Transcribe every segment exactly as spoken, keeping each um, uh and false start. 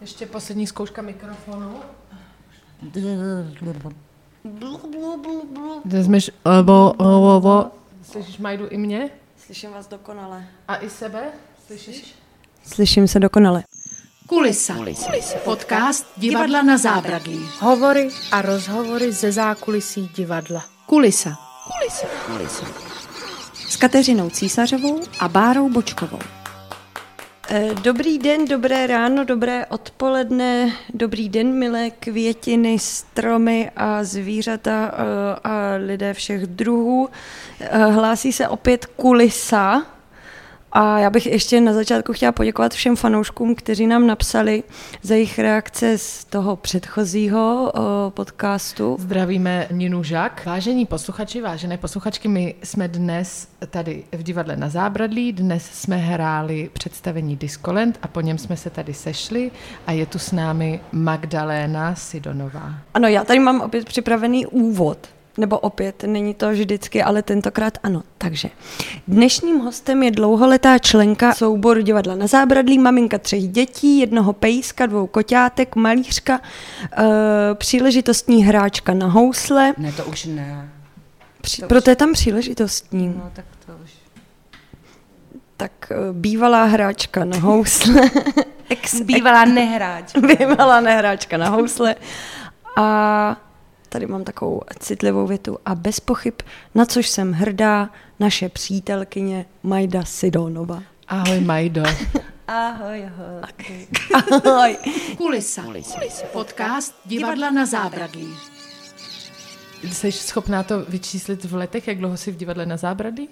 Ještě poslední zkouška mikrofonu. Vezmeš obo, obo. Slyšíš Majdu i mě? Slyším vás dokonale. A i sebe? Slyšíš? Slyším se dokonale. Kulisa. Kulisa. Podcast Divadla na zábradlí. Hovory a rozhovory ze zákulisí divadla. Kulisa. Kulisa. Kulisa. S Kateřinou Císařovou a Bárou Bočkovou. Dobrý den, dobré ráno, dobré odpoledne, dobrý den, milé květiny, stromy a zvířata a lidé všech druhů. Hlásí se opět Kulisa a já bych ještě na začátku chtěla poděkovat všem fanouškům, kteří nám napsali za jejich reakce z toho předchozího podcastu. Zdravíme Ninu Žák. Vážení posluchači, vážené posluchačky, my jsme dnes tady v divadle na zábradlí, dnes jsme hráli představení Discolent a po něm jsme se tady sešli a je tu s námi Magdaléna Sidonová. Ano, já tady mám opět připravený úvod. Nebo opět, není to vždycky, ale tentokrát ano. Takže dnešním hostem je dlouholetá členka souboru divadla na zábradlí, maminka třech dětí, jednoho pejska, dvou koťátek, malířka, e, příležitostní hráčka na housle. Ne, to už ne. Při, to proto už... je tam příležitostní. No, tak to už. Tak e, bývalá hráčka na housle. Ex, bývalá nehráčka. Bývalá nehráčka na housle. A tady mám takovou citlivou větu. A bez pochyb, na což jsem hrdá, naše přítelkyně Majda Sidonová. Ahoj, Majdo. Ahoj, ahoj. Okay. Ahoj. Kulisa. Kulisa. Podcast Divadla na zábradlí. Jsi schopná to vyčíslit v letech, jak dlouho jsi v divadle na zábradlí?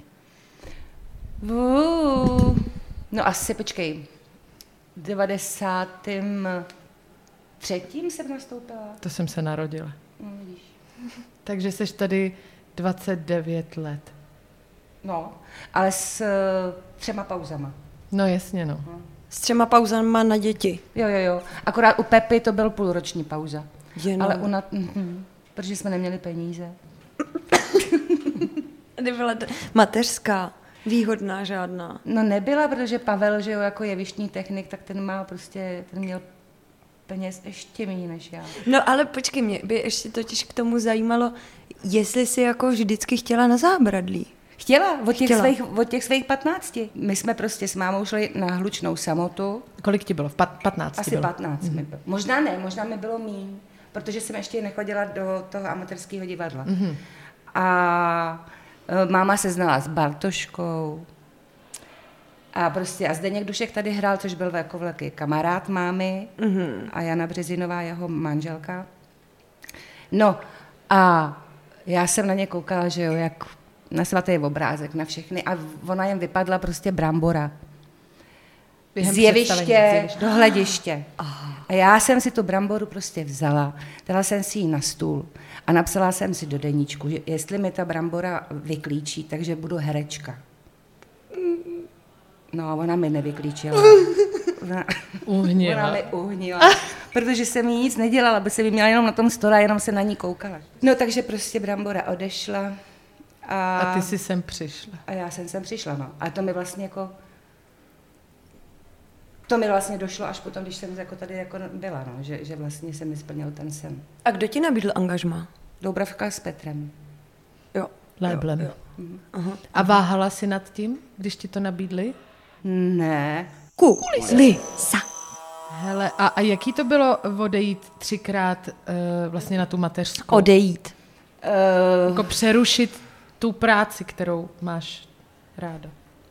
Uh, no asi, počkej, v devadesátém třetím jsem nastoupila. To jsem se narodila. No, vidíš. Takže jsi tady dvacet devět let. No, ale s uh, třema pauzama. No jasně, no. S třema pauzama na děti. Jo, jo, jo. Akorát u Pepy to byl půlroční pauza. Jenom. Ale u nat... mhm, protože jsme neměli peníze. Nebyla mateřská, výhodná žádná. No nebyla, protože Pavel, že jo, jako jevištní technik, tak ten má prostě, ten měl peněz ještě méně než já. No ale počkej, mě by ještě totiž k tomu zajímalo, jestli jsi jako vždycky chtěla na zábradlí. Chtěla, od těch, Chtěla. Svých, od těch svých patnácti. My jsme prostě s mámou šli na Hlučnou samotu. Kolik ti bylo? V pat- patnácti Asi bylo? patnáct mm-hmm. mi bylo. Možná ne, možná mi bylo míň, protože jsem ještě nechodila do toho amatérského divadla. Mm-hmm. A e, máma se znala s Bartoškou. A prostě a Zdeněk Dušek tady hrál, což byl jako velký kamarád mámy, mm-hmm. a Jana Březinová, jeho manželka. No a já jsem na ně koukala, že jo, jak na svatý obrázek, na všechny a ona jen vypadla prostě brambora. Během z jeviště představení, do hlediště. A já jsem si tu bramboru prostě vzala, dala jsem si ji na stůl a napsala jsem si do deníčku, že jestli mi ta brambora vyklíčí, takže budu herečka. No, ona mi nevyklíčila. Ona, uhnila. Ona mi uhnila, protože jsem jí nic nedělala, aby se mi měla jenom na tom stole a jenom se na ní koukala. No, takže prostě brambora odešla. A, a ty jsi sem přišla. A já jsem sem přišla, no. A to mi vlastně jako... To mi vlastně došlo až potom, když jsem jako tady jako byla, no. Že, že vlastně se mi splnil ten sen. A kdo ti nabídl angažmá? Doubravka s Petrem. Jo. Léblem. Jo, jo. Uh-huh. A váhala jsi nad tím, když ti to nabídli? Ne. Kulisa. Hele, a, a jaký to bylo odejít třikrát uh, vlastně na tu mateřskou? Odejít. Uh, Jako přerušit tu práci, kterou máš ráda.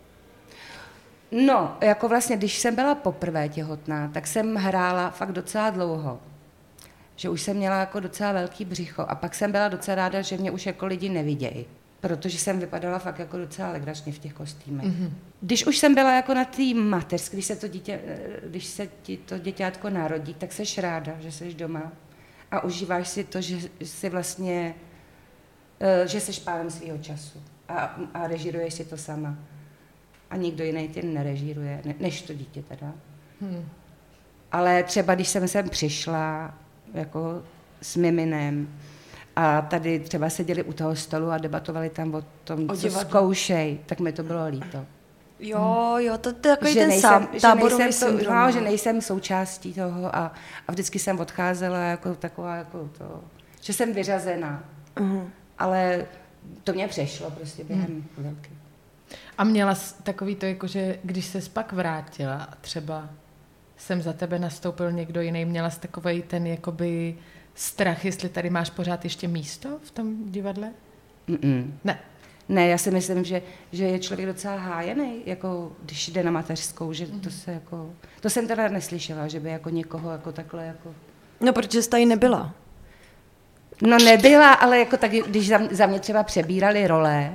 No, jako vlastně, když jsem byla poprvé těhotná, tak jsem hrála fakt docela dlouho. Že už jsem měla jako docela velký břicho a pak jsem byla docela ráda, že mě už jako lidi nevidějí. Protože jsem vypadala fakt jako docela legračně v těch kostýmech. Mm-hmm. Když už jsem byla jako na té mateřské, když se to dítě, když se ti to děťátko narodí, tak seš ráda, že seš doma a užíváš si to, že si vlastně, že seš pánem svýho času a, a režíruješ si to sama. A nikdo jiný tě nerežíruje, ne, než to dítě teda. Hmm. Ale třeba když jsem sem přišla jako s miminem a tady třeba seděli u toho stolu a debatovali tam o tom, o co zkoušej, tak mi to bylo líto. Jo, jo, to je takový že ten nejsem, sám, že táborový nejsem, to, syndrom. no, že nejsem součástí toho a, a vždycky jsem odcházela jako taková, jako to, že jsem vyřazená. Uh-huh. Ale to mě přešlo prostě během chvilky. A měla jsi takový to, jako, že když ses pak vrátila a třeba jsem za tebe nastoupil někdo jiný, měla jsi takovej ten jakoby strach, jestli tady máš pořád ještě místo v tom divadle? Mm-mm. Ne. Ne, já si myslím, že, že je člověk docela hájený, jako když jde na mateřskou, že to se jako, to jsem teda neslyšela, že by jako někoho jako takhle jako... No, protože jsi tady nebyla. No nebyla, ale jako tak, když za, za mě třeba přebírali role,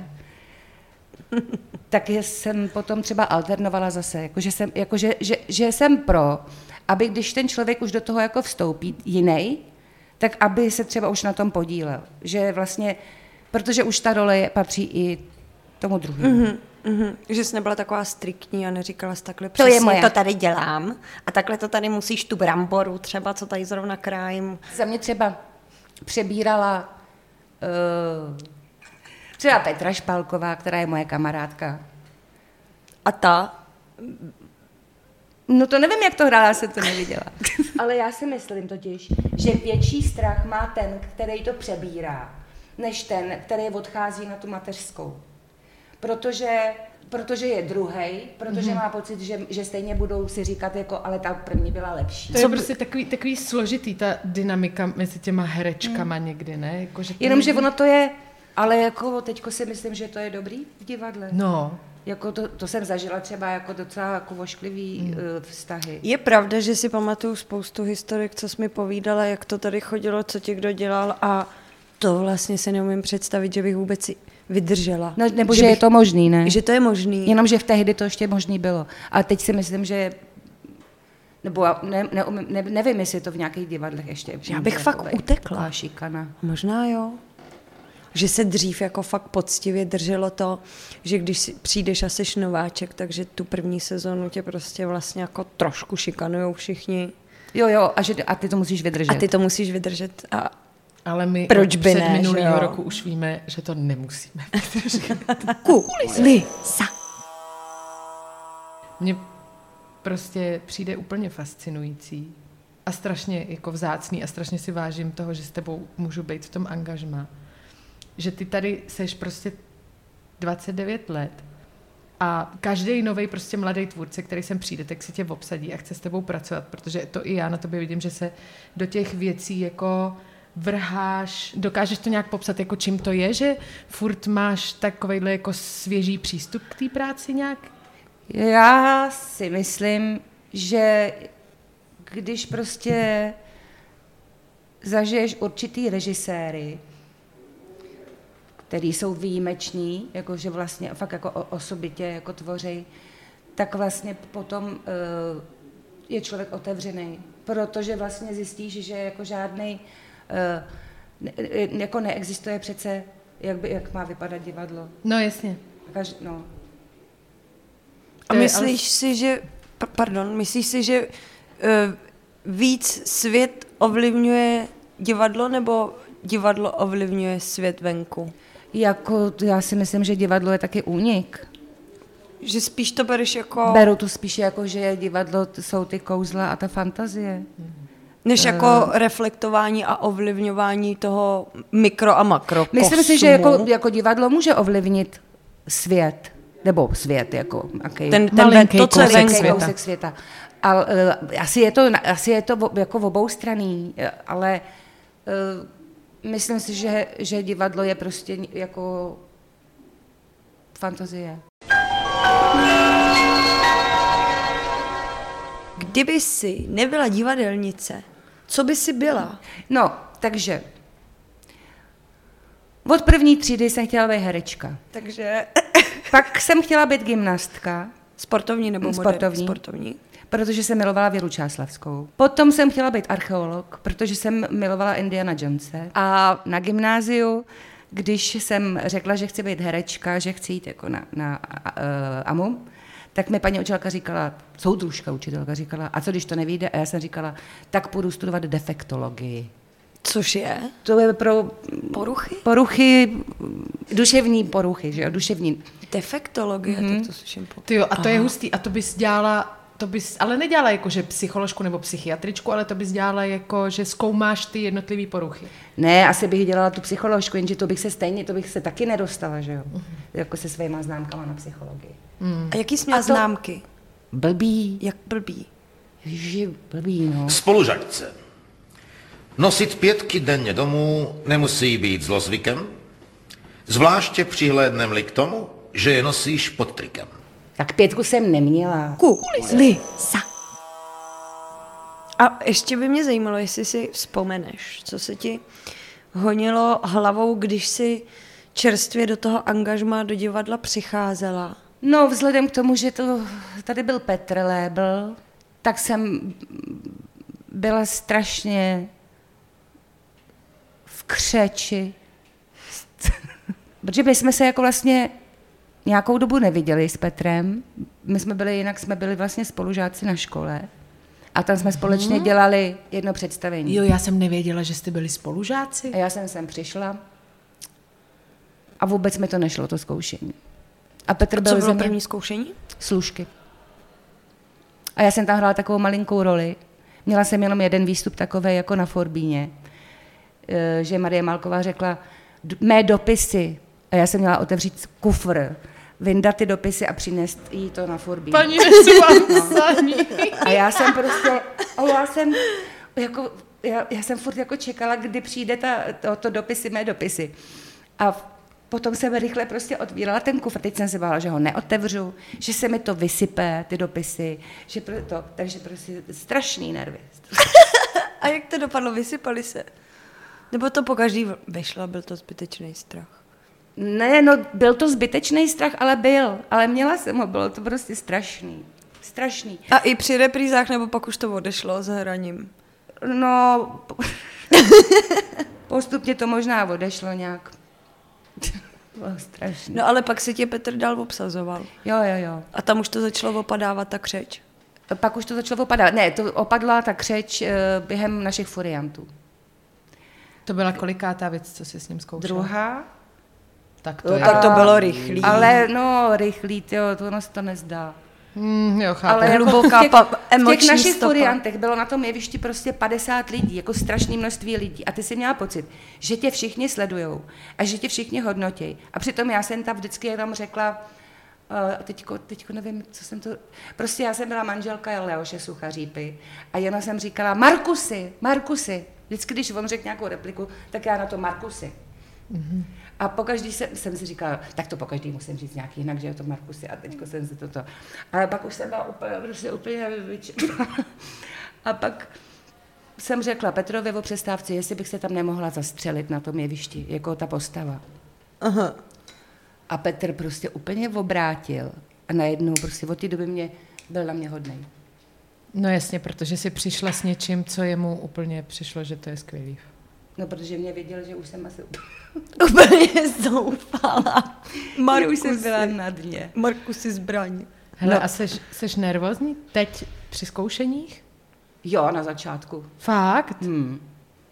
tak jsem potom třeba alternovala zase, jako že jsem, jako že, že, že jsem pro, aby když ten člověk už do toho jako vstoupí jiný, tak aby se třeba už na tom podílel. Že vlastně, protože už ta role je, patří i tomu druhému. Mm-hmm, mm-hmm. Že jsi nebyla taková striktní a neříkala jsi takhle To přesně, je moje. To tady dělám a takhle to tady musíš tu bramboru třeba, co tady zrovna krájím. Za mě třeba přebírala uh, třeba Petra Špalková, která je moje kamarádka. A ta? No to nevím, jak to hrála, já jsem to neviděla. Ale já si myslím totiž, že větší strach má ten, který to přebírá, než ten, který odchází na tu mateřskou. Protože, protože je druhej, protože mm-hmm. má pocit, že, že stejně budou si říkat, jako, ale ta první byla lepší. To je prostě takový, takový složitý, ta dynamika mezi těma herečkama mm. někdy, ne? Jako, že Jenomže není... ono to je, ale jako teďko si myslím, že to je dobrý v divadle. No. Jako to, to jsem zažila třeba jako docela jako vošklivý mm. uh, vztahy. Je pravda, že si pamatuju spoustu historik, co jsi mi povídala, jak to tady chodilo, co ti kdo dělal a to vlastně se neumím představit, že bych vůbec si vydržela. No, nebo že, že že bych, je to možný, ne? Že to je možný. Jenomže v tehdy to ještě možný bylo. A teď si myslím, že nebo ne, ne, ne, nevím, jestli to v nějakých divadlech ještě. Já bych fakt takovej, utekla. Šikana. Možná jo. Že se dřív jako fakt poctivě drželo to, že když si přijdeš a seš nováček, takže tu první sezonu tě prostě vlastně jako trošku šikanujou všichni. Jo, jo, a, že, a ty to musíš vydržet. A ty to musíš vydržet. A ale my proč by před ne, minulého že roku už víme, že to nemusíme vydržet. Kulisa. Mně prostě přijde úplně fascinující a strašně jako vzácný a strašně si vážím toho, že s tebou můžu být v tom angažmá. Že ty tady seš prostě dvacet devět let a každý nový prostě mladý tvůrce, který sem přijde, tak si tě obsadí a chce s tebou pracovat, protože to i já na tobě vidím, že se do těch věcí jako vrháš, dokážeš to nějak popsat, jako čím to je, že furt máš takovejhle jako svěží přístup k té práci nějak? Já si myslím, že když prostě zažiješ určitý režiséry, který jsou výjimeční, jakože vlastně fakt jako osobitě jako tvořej, tak vlastně potom uh, je člověk otevřený, protože vlastně zjistíš, že jako žádnej uh, ne, jako neexistuje přece, jak, by, jak má vypadat divadlo. No jasně. Kaž, no. A myslíš si, že, pardon, myslíš si, že uh, víc svět ovlivňuje divadlo, nebo divadlo ovlivňuje svět venku? Jako, já si myslím, že divadlo je taky únik. Že spíš to bereš jako... Beru to spíš jako, že divadlo jsou ty kouzla a ta fantazie. Než jako uh, reflektování a ovlivňování toho mikro a makro Myslím kosmu. si, že jako, jako divadlo může ovlivnit svět. Nebo svět, jako... Okay. Ten, ten ven, to, co je venku. Světa. Kousek světa. Ale uh, asi je to, asi je to jako oboustranný, ale... Uh, Myslím si, že, že divadlo je prostě jako fantazie. Kdyby si nebyla divadelnice, co by si byla? No, takže od první třídy jsem chtěla být herečka. Takže... Pak jsem chtěla být gymnastka. Sportovní nebo sportovní. Sportovní. Protože jsem milovala Věru Čáslavskou. Potom jsem chtěla být archeolog, protože jsem milovala Indiana Jonese. A na gymnáziu, když jsem řekla, že chci být herečka, že chci jít jako na, na uh, AMU, tak mi paní učitelka říkala, soudružka učitelka říkala, a co když to nevyjde? A já jsem říkala, tak půjdu studovat defektologii. Což je? To je pro Poruchy? Poruchy, duševní poruchy, že jo, duševní. Defektologie, mm-hmm. tak to slyším. Po... Ty jo, a to Aha. je hustý. A to bys dělala, to bys, ale nedělala jako, že psycholožku nebo psychiatričku, ale to bys dělala jako, že zkoumáš ty jednotlivý poruchy. Ne, asi bych dělala tu psycholožku, jenže to bych se stejně, to bych se taky nedostala, že jo, mm-hmm. jako se svýma známkama na psychologii. Mm. A jaký jsi měla to... známky? Blbý. Jak blbý? Ježi, blbý, no. Spolužačce. Nosit pětky denně domů nemusí být zlozvykem, zvláště přihlédnem-li k tomu, že je nosíš pod trikem. Tak pětku jsem neměla. Kulisa. A ještě by mě zajímalo, jestli si vzpomeneš, co se ti honilo hlavou, když si čerstvě do toho angažmá do divadla přicházela. No, vzhledem k tomu, že to tady byl Petr Lébl, tak jsem byla strašně v křeči. Protože my jsme se jako vlastně nějakou dobu neviděli s Petrem. My jsme byli, jinak jsme byli vlastně spolužáci na škole. A tam jsme společně dělali jedno představení. Jo, já jsem nevěděla, že jste byli spolužáci. A já jsem sem přišla a vůbec mi to nešlo, to zkoušení. A Petr a byl co bylo mě... první zkoušení? Služky. A já jsem tam hrála takovou malinkou roli. Měla jsem jenom jeden výstup takovej jako na Forbíně, že Marie Malková řekla mé dopisy. A já jsem měla otevřít kufr, vyndat ty dopisy a přinést jí to na Forbíně. Paní nesu vám psaní. A já jsem prostě, a já jsem jako, já, já jsem furt jako čekala, kdy přijde ta, to, to dopisy, mé dopisy. A potom jsem rychle prostě otvírala ten kufr, teď jsem se bála, že ho neotevřu, že se mi to vysype, ty dopisy, že to, takže prostě strašný nervy. A jak to dopadlo, vysypali se? Nebo to po každý vyšlo, byl to zbytečný strach? Ne, no byl to zbytečný strach, ale byl, ale měla jsem ho, bylo to prostě strašný, strašný. A i při reprízách, nebo pak už to odešlo s hraním? No, postupně to možná odešlo nějak. Bylo strašný. No ale pak si tě Petr dál obsazoval. Jo, jo, jo. A tam už to začalo opadávat ta křeč? Pak už to začalo opadávat. Ne, to opadla ta křeč uh, během našich furiantů. To byla kolikátá věc, co jsi s ním zkoušela? Druhá. Tak to, no, je. tak to bylo rychlý. Ale no, rychlý, jo, to ono se to nezdá. Mm, jo, chápu. Ale hluboká jako v těch, emoční v těch našich stopa. furiantech bylo na tom jevišti prostě padesát lidí, jako strašné množství lidí. A ty si měla pocit, že tě všichni sledujou a že tě všichni hodnotí. A přitom já jsem tam vždycky jenom řekla, uh, teďko, teďko nevím, co jsem to... Prostě já jsem byla manželka Leoše Suchařípy a jenom jsem říkala, Markusy, Markusy. Vždycky, když on řekl nějakou repliku, tak já na to Markusy. Mm-hmm. A pokaždý jsem, jsem si říkala, tak to pokaždý musím říct nějak jinak, že je to Markusy a teďko jsem si toto. Ale pak už jsem byla úplně, prostě úplně vyčerpala. A pak jsem řekla Petrovi o přestávce, jestli bych se tam nemohla zastřelit na tom jevišti, jako ta postava. Aha. A Petr prostě úplně obrátil a najednou prostě od té doby mě, byl na mě hodnej. No jasně, protože jsi přišla s něčím, co jemu úplně přišlo, že to je skvělý. No, protože mě věděl, že už jsem asi úplně zoufala. Markusy. Už jsem byla na dně. Markusy zbraň. Hele, no. A seš, seš nervózní teď při zkoušeních? Jo, na začátku. Fakt? Hmm.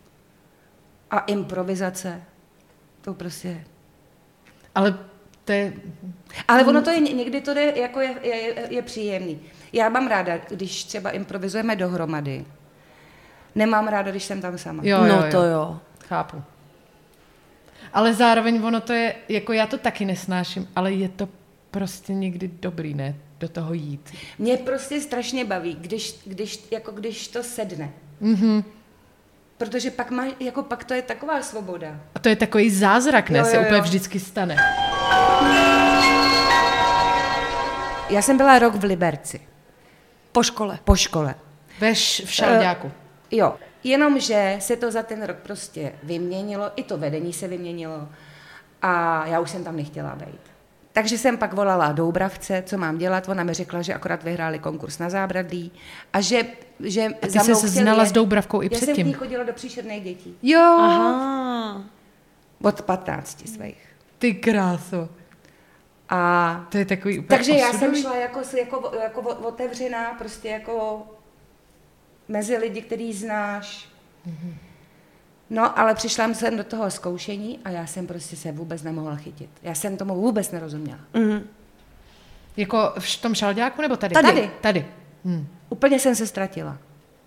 A improvizace. To prostě... Ale to je... Ale ono to je, někdy to je, jako je, je, je příjemný. Já mám ráda, když třeba improvizujeme dohromady. Nemám ráda, když jsem tam sama. Jo, jo, no jo. to jo. Chápu. Ale zároveň ono to je, jako já to taky nesnáším, ale je to prostě někdy dobrý, ne? Do toho jít. Mě prostě strašně baví, když, když, jako když to sedne. Mhm. Protože pak, má, jako pak to je taková svoboda. A to je takový zázrak, ne? Jo, jo, Se jo. úplně vždycky stane. Já jsem byla rok v Liberci. Po škole. Po škole. Veš v šalďáku. Uh, jo, jenomže se to za ten rok prostě vyměnilo, i to vedení se vyměnilo a já už jsem tam nechtěla být. Takže jsem pak volala Doubravce, co mám dělat, ona mi řekla, že akorát vyhráli konkurs na Zábradlí a že, že a ty za mnou se znala jet. S Doubravkou i já předtím? Já jsem k ní chodila do Příšerných dětí. Jo. Aha. Od patnácti svých. Ty kráso. A to je takový úplně takže já osudový. jsem šla jako, jako, jako otevřená, prostě jako mezi lidi, který znáš. Mm-hmm. No, ale přišla jsem do toho zkoušení a já jsem prostě se vůbec nemohla chytit. Já jsem tomu vůbec nerozuměla. Mm. Jako v tom šalďáku nebo tady? Tady. Tady. Tady. Hm. Úplně jsem se ztratila.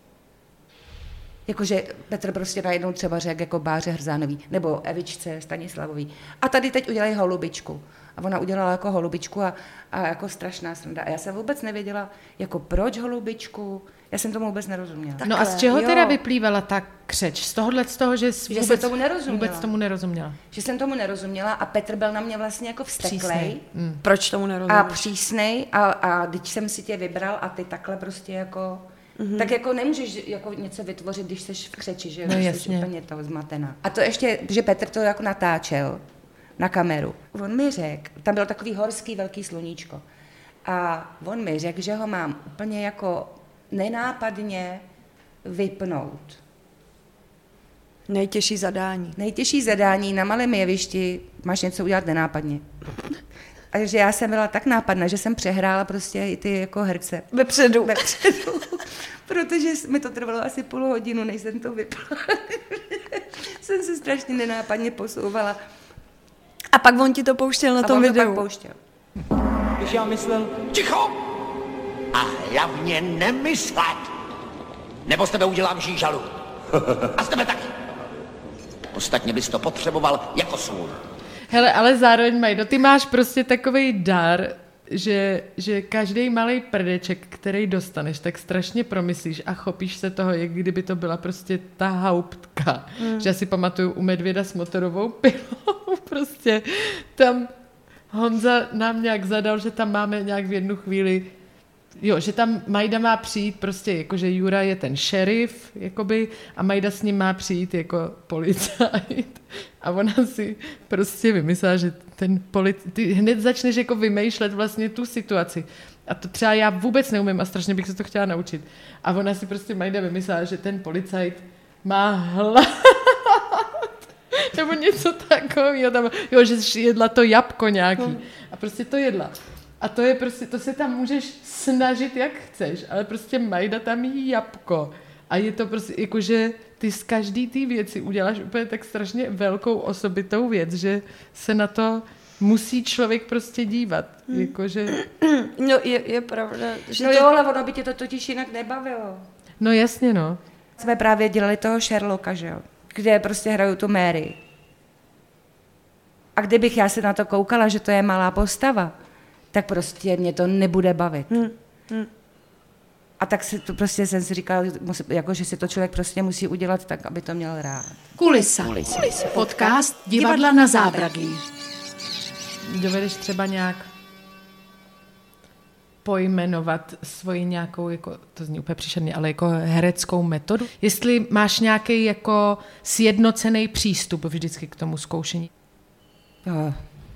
Jakože Petr prostě najednou třeba řekl jako Báře Hrzánový, nebo Evičce Stanislavový. A tady teď udělají holubičku. A ona udělala jako holubičku a, a jako strašná sranda. A já jsem vůbec nevěděla, jako proč holubičku. Já jsem tomu vůbec nerozuměla. No a z čeho jo. teda vyplývala ta křeč? Z tohohle, z toho, že, jsi Že vůbec, jsem tomu nerozuměla. vůbec tomu nerozuměla. Že jsem tomu nerozuměla a Petr byl na mě vlastně jako vzteklej. Mm. Proč tomu A nerozumíš? přísnej a, a když jsem si tě vybral a ty takhle prostě jako... Mm-hmm. Tak jako nemůžeš jako něco vytvořit, když jsi v křeči, že No, jsi jasně. úplně toho zmatená. A to ještě, že Petr to jako natáčel na kameru. On mi řekl, tam bylo takový horský velký sluníčko. A on mi řekl, že ho mám úplně jako nenápadně vypnout. Nejtěžší zadání. Nejtěžší zadání na malém jevišti, máš něco udělat nenápadně. A že já jsem byla tak nápadná, že jsem přehrála prostě i ty jako herce. Vepředu. Vepředu. Protože mi to trvalo asi půl hodinu, než jsem to vypla. jsem se strašně nenápadně posouvala. A pak on ti to pouštěl na A tom on to videu. pak pouštěl. Když já myslel, Ticho! A hlavně nemyslet! Nebo z tebe udělám žížalu. A z tebe taky. Ostatně bys to potřeboval jako sůl. Hele, ale zároveň, Majdo, ty máš prostě takovej dar, že, že každý malý prdeček, který dostaneš, tak strašně promyslíš a chopíš se toho, jak kdyby to byla prostě ta hauptka. Mm. Že já si pamatuju u medvěda s motorovou pilou, prostě tam Honza nám nějak zadal, že tam máme nějak v jednu chvíli, jo, že tam Majda má přijít prostě, jakože Jura je ten šerif, jakoby, a Majda s ním má přijít jako policajt. A ona si prostě vymyslela, že ten policajt, ty hned začneš jako vymýšlet vlastně tu situaci. A to třeba já vůbec neumím a strašně bych se to chtěla naučit. A ona si prostě Majda vymyslela, že ten policajt má hlad. Nebo něco takového. Tam, jo, že jedla to jabko nějaký. A prostě to jedla. A to je prostě, to se tam můžeš snažit, jak chceš, ale prostě Majda tam jí jabko. A je to prostě, jakože ty z každý té věci uděláš úplně tak strašně velkou osobitou věc, že se na to musí člověk prostě dívat. Hmm. Jakože... No je, je pravda. Že No to... jo, ale ono by tě to totiž jinak nebavilo. No jasně, no. Jsme právě dělali toho Sherlocka, že jo? Kde prostě hraju tu Mary. A kdybych já se na to koukala, že to je malá postava, tak prostě mě to nebude bavit. Hmm. Hmm. A tak si to prostě jsem si říkala, jako, že si to člověk prostě musí udělat tak, aby to měl rád. Kulisa. Kulisa. Podcast Divadla na zábradlí. Dovedeš třeba nějak pojmenovat svoji nějakou, jako, to zní úplně příšerně, ale jako hereckou metodu? Jestli máš nějaký jako sjednocený přístup vždycky k tomu zkoušení? Jo.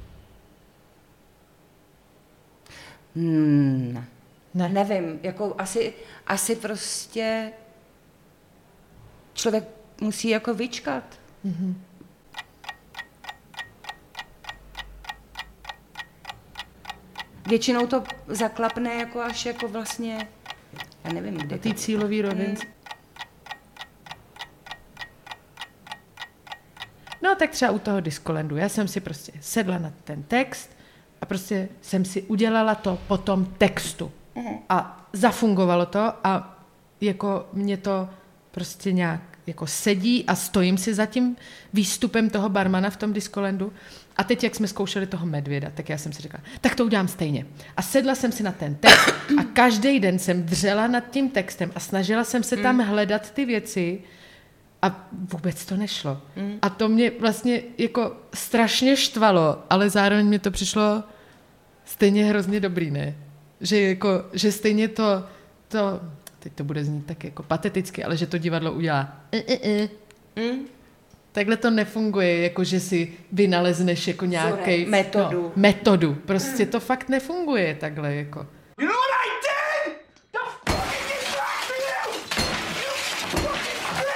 Hmm. Ne. Nevím, jako asi, asi prostě člověk musí jako vyčkat. Mm-hmm. Většinou to zaklapne jako až jako vlastně, já nevím, kde Ty cílový rovince. No tak třeba u toho Discolandu. Já jsem si prostě sedla na ten text a prostě jsem si udělala to po tom textu. A zafungovalo to a jako mě to prostě nějak jako sedí a stojím si za tím výstupem toho barmana v tom Discolandu. A teď, jak jsme zkoušeli toho medvěda, tak já jsem si říkala, tak to udělám stejně. A sedla jsem si na ten text a každý den jsem dřela nad tím textem a snažila jsem se tam hledat ty věci a vůbec to nešlo. Mm. A to mě vlastně jako strašně štvalo, ale zároveň mi to přišlo stejně hrozně dobrý, ne? Že, jako, že stejně to, to, teď to bude znít tak jako pateticky, ale že to divadlo udělá. Mm. Takhle to nefunguje, jako že si vynalezneš jako nějaký metodu. No, metodu. Prostě to fakt nefunguje takhle jako. You know what I did? The fucking distraction you! You fucking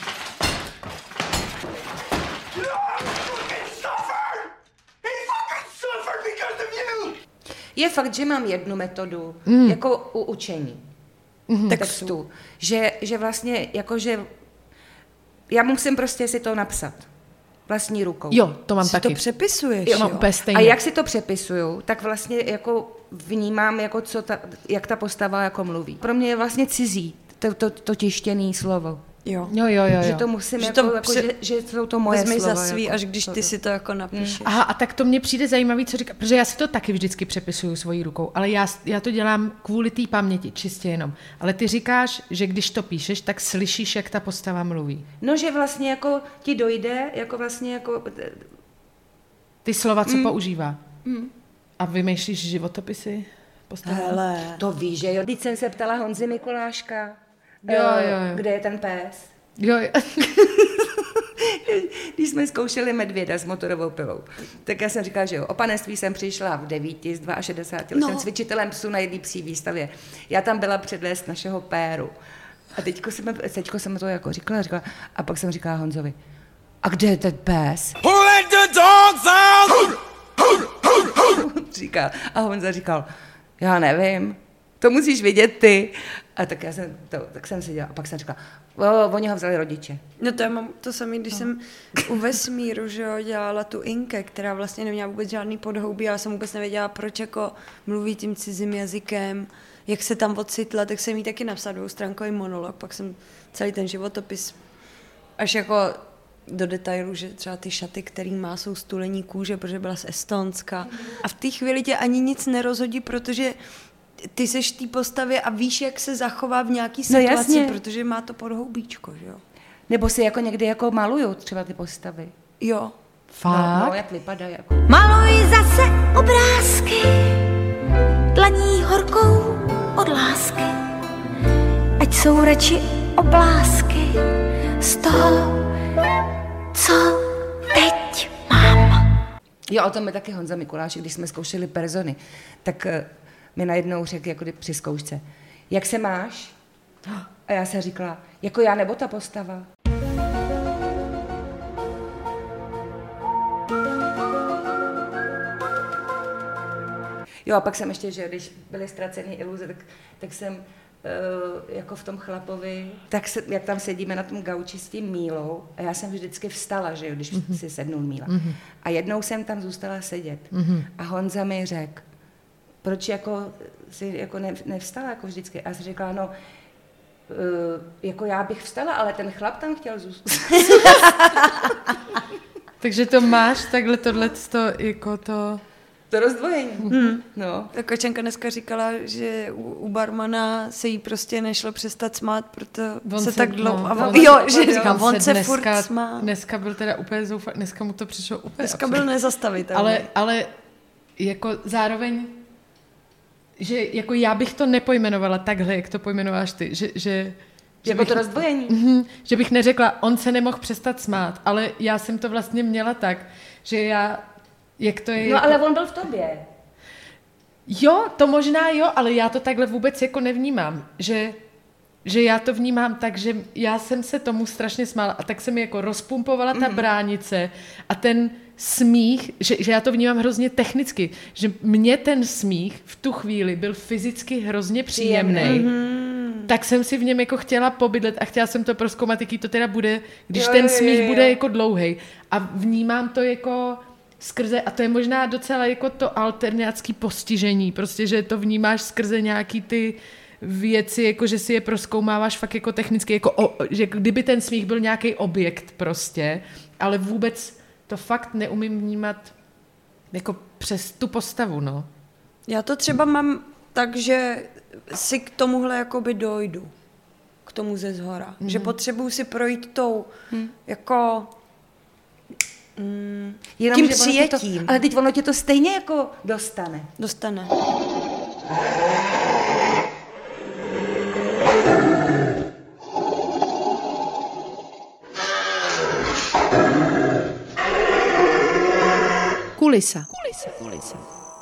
bitch! You know I fucking suffered! He fucking suffered because of you! Je fakt, že mám jednu metodu, mm. jako u učení mm. textu. Že, že vlastně, jako že já musím prostě si to napsat vlastní rukou. Jo, to mám si taky. to přepisuješ, Jo, jo? úplně stejně. A jak si to přepisuju, tak vlastně jako vnímám, jako co ta, jak ta postava jako mluví. Pro mě je vlastně cizí to, to, to tištěné slovo. Jo. Jo, jo, jo, jo. Že to musím, Že jako, to jako, pře- že, že jsou to moje Vezmi slova. za svý, jako, až když ty si to jako napíšeš. Aha, a tak to mně přijde zajímavý, co říká, protože já si to taky vždycky přepisuju svojí rukou, ale já, já to dělám kvůli té paměti, čistě jenom. Ale ty říkáš, že když to píšeš, tak slyšíš, jak ta postava mluví. No, že vlastně jako ti dojde, jako vlastně jako... Ty slova, co Mm. používá. Mm. A vymýšlíš životopisy postavy? Hele. To víš, že jo? Teď jsem se ptala Honzy Mikuláška, Jo, eh, jo, jo. kde je ten pes. Jo, jo. Když jsme zkoušeli medvěda s motorovou pilou, tak já jsem říkala, že jo, o panenství jsem přišla v devíti z šedesáti let, No. jsem cvičitelem psů na jedné psí výstavě. Já tam byla předvést našeho péru. A teďko jsem, teďko jsem to jako říkala, říkala, a pak jsem říkala Honzovi, a kde je ten pes? Who let the dogs out? Říkal. A Honza říkal, já nevím, to musíš vidět ty. A tak já jsem, to, tak jsem seděla, a pak jsem říkala, o, oni ho vzali rodiče. No to já mám to samé, když no. jsem u vesmíru, že jo, dělala tu Inke, která vlastně neměla vůbec žádný podhoubí, já jsem vůbec nevěděla, proč jako mluví tím cizím jazykem, jak se tam ocitla, tak jsem jí taky napsala dvoustránkový monolog, pak jsem celý ten životopis až jako do detailu, že třeba ty šaty, který má, jsou stulení kůže, protože byla z Estonska. A v té chvíli tě ani nic nerozhodí, protože ty seš v té postavě a víš, jak se zachová v nějaký No situaci, jasně. protože má to podhoubíčko, že jo. Nebo si jako někdy jako maluju třeba ty postavy. Jo. Fakt? No, no, jak vypadají. Jako. Maluj zase obrázky dlaní horkou od lásky, ať jsou radši oblásky z toho, co teď mám. Jo, o tom mi taky Honza Mikulášek, když jsme zkoušeli persony, tak uh, mi najednou řekl jako při zkoušce, jak se máš? A já jsem říkala, jako já nebo ta postava? Jo, a pak jsem ještě, že když byly ztracené iluze, tak, tak jsem uh, jako v tom chlapovi, tak se, jak tam sedíme na tom gauči s tím Mílou, a já jsem vždycky vstala, že jo, když mm-hmm. si sednul Míla. Mm-hmm. A jednou jsem tam zůstala sedět. Mm-hmm. A Honza mi řekl, proč jako si jako ne, nevstala jako vždycky. A já jsem říkala, no, uh, jako já bych vstala, ale ten chlap tam chtěl zůstat. Takže to máš takhle tohleto, jako to... To rozdvojení. Hmm. No. Tak Kočenka dneska říkala, že u, u barmana se jí prostě nešlo přestat smát, proto On se, se- tak dlouho... no, a on on, jo, se- že říkám, on se dneska, furt smá. Dneska byl teda úplně zoufalý, dneska mu to přišlo úplně Dneska absurdní. byl nezastavitelný. Ale, ale jako zároveň, že jako já bych to nepojmenovala takhle, jak to pojmenováš ty, že, že že Jako bych, to rozdvojení. Mhm, že bych neřekla, on se nemohl přestat smát, ale já jsem to vlastně měla tak, že já, jak to je... No jako, ale on byl v tobě. Jo, to možná jo, ale já to takhle vůbec jako nevnímám, že, že já to vnímám tak, že já jsem se tomu strašně smála a tak se mi jako rozpumpovala ta bránice a ten smích, že, že já to vnímám hrozně technicky, že mně ten smích v tu chvíli byl fyzicky hrozně příjemný. Mm-hmm. Tak jsem si v něm jako chtěla pobydlet a chtěla jsem to prozkoumat, jaký to teda bude, když Jo, ten jo, smích jo, jo. bude jako dlouhej. A vnímám to jako skrze, a to je možná docela jako to alternácký postižení, prostě, že to vnímáš skrze nějaký ty věci, jako že si je prozkoumáváš fakt jako technicky, jako o, že kdyby ten smích byl nějaký objekt prostě, ale vůbec to fakt neumím vnímat jako přes tu postavu, no. Já to třeba mám tak, že si k tomuhle jakoby dojdu. K tomu ze zhora. Mm. Že potřebuju si projít tou mm. jako mm, Jenom, tím že ono tě to, přijetím. ale teď ono tě to stejně jako dostane. Dostane. Kulisa. Kulisa. Kulisa.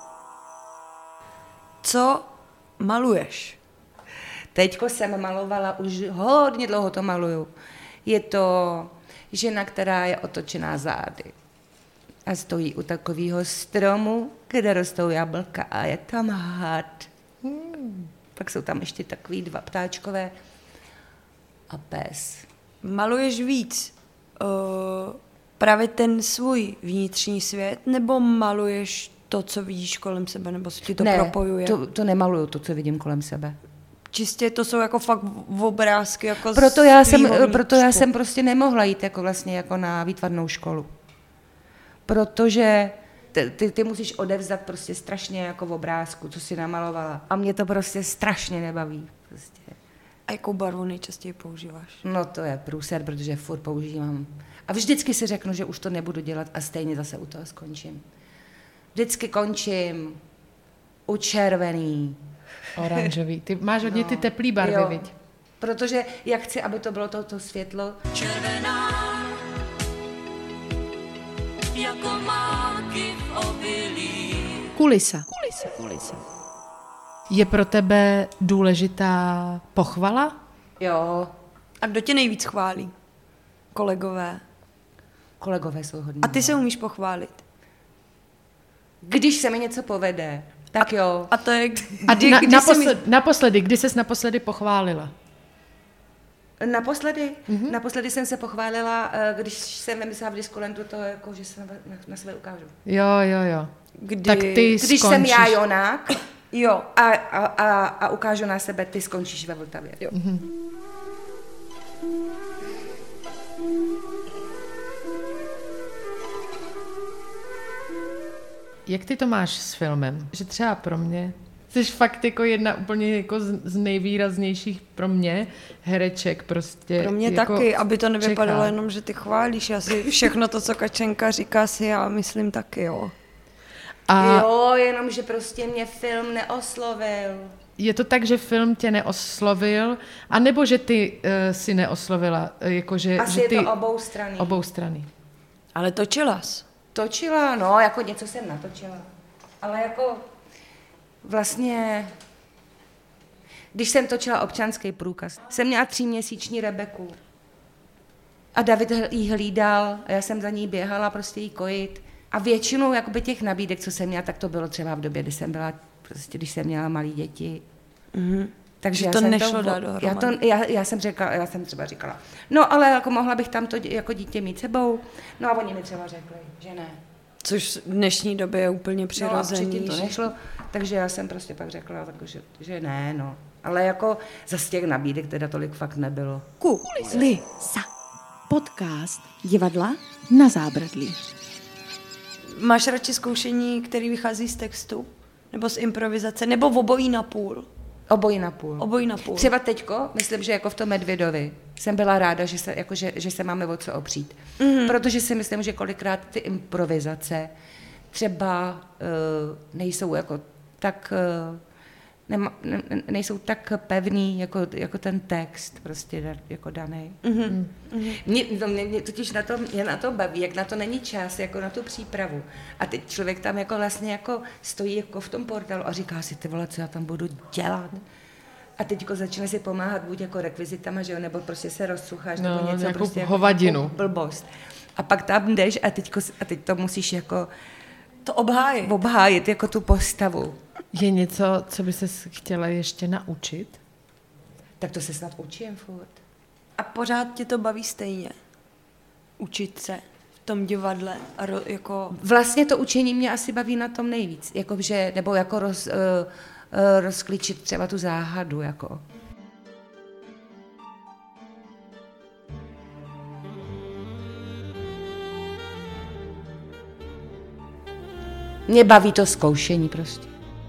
Co maluješ? Teďko jsem malovala, už hodně dlouho to maluju. Je to žena, která je otočená zády. A stojí u takového stromu, kde rostou jablka a je tam had. Hmm. Pak jsou tam ještě takový dva ptáčkové a pes. Maluješ víc uh, právě ten svůj vnitřní svět, nebo maluješ to, co vidíš kolem sebe, nebo se ti to ne, propojuje? to, to nemaluju, to, co vidím kolem sebe. Čistě to jsou jako fakt obrázky jako proto já jsem, proto já jsem prostě nemohla jít jako vlastně jako na výtvarnou školu. Protože ty, ty, ty musíš odevzdat prostě strašně jako v obrázku, co si namalovala. A mě to prostě strašně nebaví. Prostě. A jakou barvu nejčastěji používáš? No to je průser, protože furt používám. A vždycky si řeknu, že už to nebudu dělat a stejně zase u toho skončím. Vždycky končím u červený. Oranžový. Ty máš hodně no, ty teplý barvy, jo, viď? Protože jak chci, aby to bylo toto světlo. Červená, jako máky v obilí. Kulisa. Kulisa. Kulisa. Je pro tebe důležitá pochvala? Jo. A kdo tě nejvíc chválí? Kolegové. Kolegové jsou hodní. A ty se umíš pochválit? Když se mi něco povede, tak a, jo. A to je... A kdy, na, kdy naposled, mi... naposledy, kdy ses naposledy pochválila? Naposledy? Mm-hmm. Naposledy jsem se pochválila, když jsem vymyslela v Diskolentu to, jako, že se na, na, na sebe ukážu. Jo, jo, jo. Kdy, tak ty když skončíš. jsem já Jonák jo. A, a, a, a ukážu na sebe, ty skončíš ve Vltavě. Jo. Mm-hmm. Jak ty to máš s filmem? Že třeba pro mě, jsi fakt jako jedna úplně jako z, z nejvýraznějších pro mě hereček prostě. Pro mě jako taky, aby to nevypadalo Čechá. jenom, že ty chválíš. Já si všechno to, co Kačenka říká, si já myslím taky, jo. A jo, jenom, že prostě mě film neoslovil. Je to tak, že film tě neoslovil, anebo že ty uh, si neoslovila? Jako, že, Asi že ty... je to obou strany. Obou strany. Ale točila jsi. Točila, no, jako něco jsem natočila. Ale jako vlastně, když jsem točila občanský průkaz, jsem měla tříměsíční Rebeku. A David jí hlídal a já jsem za ní běhala prostě jí kojit. A většinou jakoby těch nabídek, co jsem měla, tak to bylo třeba v době, kdy jsem byla, prostě když jsem měla malé děti. Mm-hmm. Takže to já nešlo to, dát dohromady. Já, to, já, já, jsem řekla, já jsem třeba říkala, no ale jako mohla bych tam to jako dítě mít sebou. No a oni mi třeba řekli, že ne. Což v dnešní době je úplně přirozený. No a předtím to nešlo, takže já jsem prostě pak řekla, jako, že, že ne, no. Ale jako zase těch nabídek teda tolik fakt nebylo. Kulisa. Podcast divadla na Zábradlí. Máš radši zkoušení, který vychází z textu? Nebo z improvizace? Nebo v obojí na půl? Obojí na půl. Obojí na půl. Třeba teďko, myslím, že jako v tom Medvědovi, jsem byla ráda, že se, jako, že, že se máme o co opřít. Mm-hmm. Protože si myslím, že kolikrát ty improvizace třeba uh, nejsou jako tak, uh, nema, ne, nejsou tak pevný jako, jako ten text prostě da, jako daný. Mm-hmm. Mě, to, mě, mě totiž na to, mě na to baví, jak na to není čas, jako na tu přípravu. A teď člověk tam jako vlastně jako stojí jako v tom portálu a říká si, ty vole, co já tam budu dělat. A teďko začne si pomáhat buď jako rekvizitama, že jo, nebo prostě se rozsucháš, no, nebo něco prostě hovadinu. Jako blbost. A pak tam jdeš a, teďko, a teď to musíš jako to obhájit. obhájit jako tu postavu. Je něco, co by ses chtěla ještě naučit? Tak to se snad učím furt. A pořád tě to baví stejně? Učit se v tom divadle? A ro, jako... Vlastně to učení mě asi baví na tom nejvíc. Jako, že, nebo jako roz, uh, uh, rozklíčit třeba tu záhadu. Jako. Mě baví to zkoušení prostě.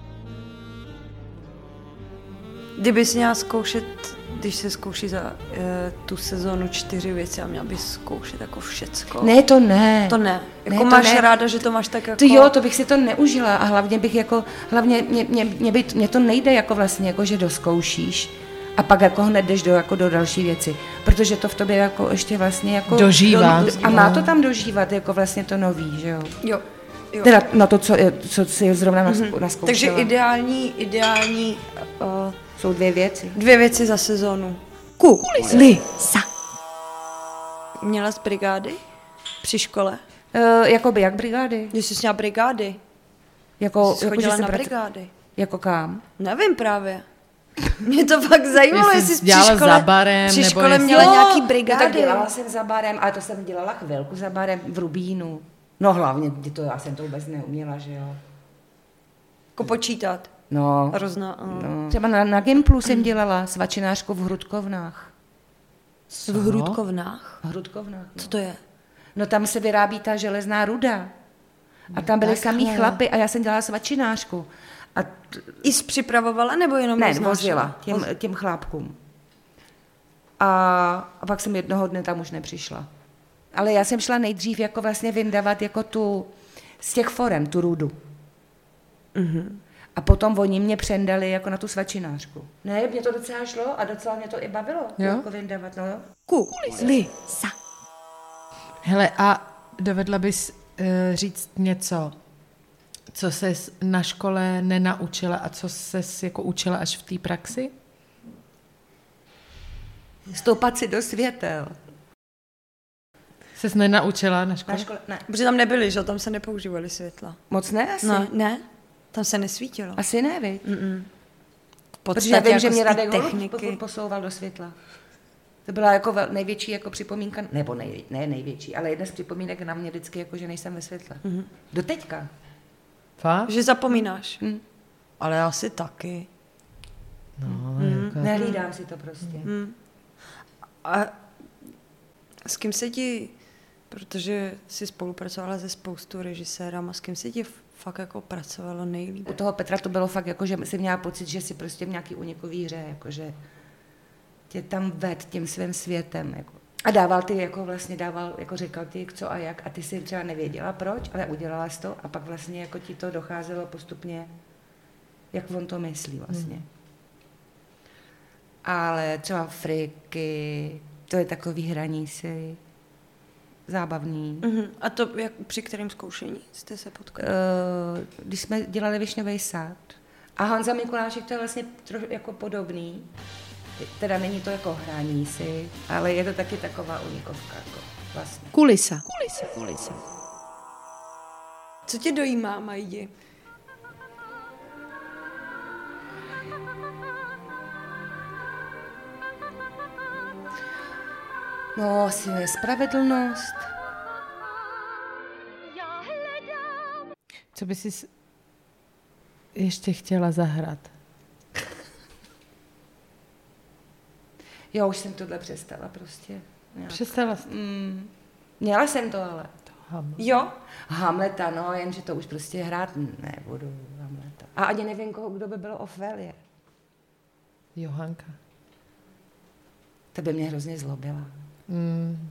Kdybys měla zkoušet, když se zkouší za uh, tu sezónu čtyři věci a měla bys zkoušet jako všecko. Ne, to ne. To ne. Jako ne, to máš ne. ráda, že to máš tak jako... To jo, to bych si to neužila a hlavně bych jako, hlavně mě, mě, mě, by, mě to nejde jako vlastně, jako že doskoušíš a pak jako hned jdeš do, jako do další věci, protože to v tobě jako ještě vlastně jako... Dožívá. Do, a má to tam dožívat jako vlastně to nový, že jo? Jo. Jo. Teda na to, co, co si zrovna mm-hmm. naskoušela. Takže ideální, ideální... Uh, Jsou dvě věci. Dvě věci za sezónu. Kulisa. Měla jsi brigády při škole? Uh, jakoby jak brigády? Že jsi měla brigády? Jako, jsi jako chodila že na prac... brigády? Jako kam? Nevím právě. Mě to fakt zajímalo, jestli jsi při škole, za barem, při nebo škole jestli... měla Jo, nějaký no brigády. tak dělala jsem za barem, ale to jsem dělala chvilku za barem v Rubínu. No hlavně, to já jsem to vůbec neuměla, že jo. Jako počítat. No. Rozna, no. Třeba na, na Gimplu jsem dělala svačinářku v Hrudkovnách. V Hrudkovnách? V Hrudkovnách, no. Co to je? No tam se vyrábí ta železná ruda. A tam byly Takhle. samý chlapy a já jsem dělala svačinářku. A t... I jsi připravovala, nebo jenom Ne, roznášela? vozila těm, těm chlápkům. A, a pak jsem jednoho dne tam už nepřišla. Ale já jsem šla nejdřív jako vlastně vyndavat jako tu, z těch forem, tu rudu. Mm-hmm. A potom oni mě přendali jako na tu svačinářku. Ne, mě to docela šlo a docela mě to i bavilo. Jo? Jako vyndavat, no. Kulisa. Hele, a dovedla bys uh, říct něco, co ses na škole nenaučila a co ses jako učila až v té praxi? Stoupat si do světel. Ses nenaučila na škole? Na škole, ne. Protože tam nebyly, že? Tam se nepoužívaly světla. Moc ne asi? No, ne, tam se nesvítilo. Asi ne, viď? Mm-mm. Protože já vím, jako že mě z té Radek Holub techniky. posouval do světla. To byla jako vel, největší jako připomínka, nebo nej, ne největší, ale jedna z připomínek na mě vždycky, jako, že nejsem ve světle. Mm-hmm. Do teďka. Fakt? Že zapomínáš. Mm. Ale asi taky. No, Mm. jako... Nehlídám si to prostě. Mm. A s kým se ti, protože jsi spolupracovala se spoustu režisérama, s kým se ti fakt jako pracovalo nejlíp? U toho Petra to bylo fakt jako, že jsem měla pocit, že si prostě v nějaký unikový hře, jakože tě tam ved tím svým světem. Jako. A dával ty, jako vlastně dával, jako říkal ti, co a jak, a ty si třeba nevěděla proč, ale udělala jsi to a pak vlastně jako ti to docházelo postupně, jak on to myslí vlastně. Hmm. Ale třeba friky, to je takový hraní si, zábavný. Uh-huh. A to jak, při kterém zkoušení jste se potkali? Uh, když jsme dělali Višňový sád. A Honza Mikulášek to je vlastně trochu jako podobný. Teda není to jako hraní si, ale je to taky taková unikovka. Jako vlastně. Kulisa. Kulisa. Kulisa. Co tě dojímá, Majdi? No, asi nespravedlnost. Co by jsi ještě chtěla zahrát? Jo, už jsem tohle přestala prostě. Nějak. Přestala jsi? Mm, měla jsem to, ale. To Hamlet. Jo? Hamleta, no, jenže to už prostě hrát nebudu. Hamleta. A ani nevím, koho, kdo by bylo Ofélie. Johanka. To by mě hrozně zlobila. Mm.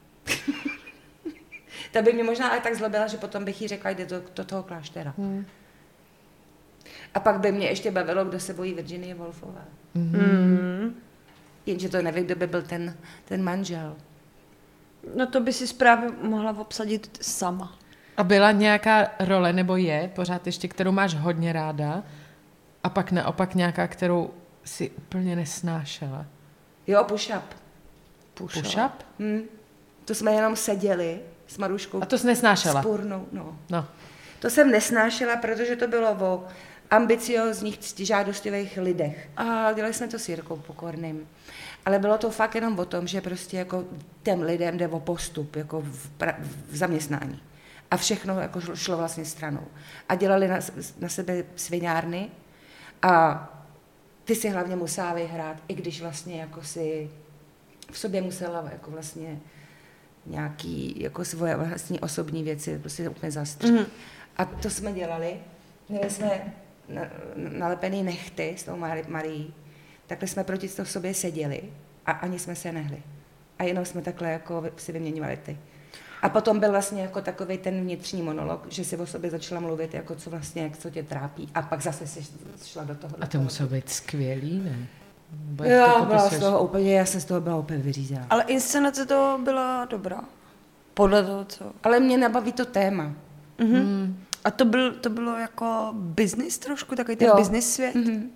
Ta by mě možná ale tak zlobila, že potom bych jí řekla, jde do, do toho kláštera. Mm. A pak by mě ještě bavilo, kdo se bojí Virginie Woolfové. Mm. Jenže to nevím, kdo by byl ten, ten manžel. No to by si právě mohla obsadit sama. A byla nějaká role, nebo je pořád ještě, kterou máš hodně ráda, a pak naopak nějaká, kterou si úplně nesnášela? Jo, push-up. Push-up? Push-up? Hmm. To jsme jenom seděli s Maruškou. A to jsi nesnášela? Spurnou, no. no. To jsem nesnášela, protože to bylo o ambiciozních, ctižádostivých lidech. A dělali jsme to s Jirkou Pokorným. Ale bylo to fakt jenom o tom, že prostě jako těm lidem jde o postup, jako v, pra, v zaměstnání. A všechno jako šlo, šlo vlastně stranou. A dělali na, na sebe sviňárny a ty si hlavně musela vyhrát, i když vlastně jako si v sobě musela jako vlastně nějaký jako svoje vlastní osobní věci prostě úplně zastřít. Mm. A to jsme dělali. Měli jsme nalepený nechty s tou Marií. Takhle jsme proti to sobě seděli a ani jsme se nehli. A jenom jsme takhle jako si vyměňovali ty. A potom byl vlastně jako takový ten vnitřní monolog, že si o sobě začala mluvit, jako co vlastně, jak co tě trápí. A pak zase si šla do toho. A to muselo být skvělý, ne? Jo, byla z toho úplně, já jsem z toho byla úplně vyřízená. Ale inscenace to byla dobrá. Podle toho, co... Ale mě nabaví to téma. Mhm. Mm. A to, byl, to bylo jako business trošku, takový ten jo. business svět? Mm-hmm.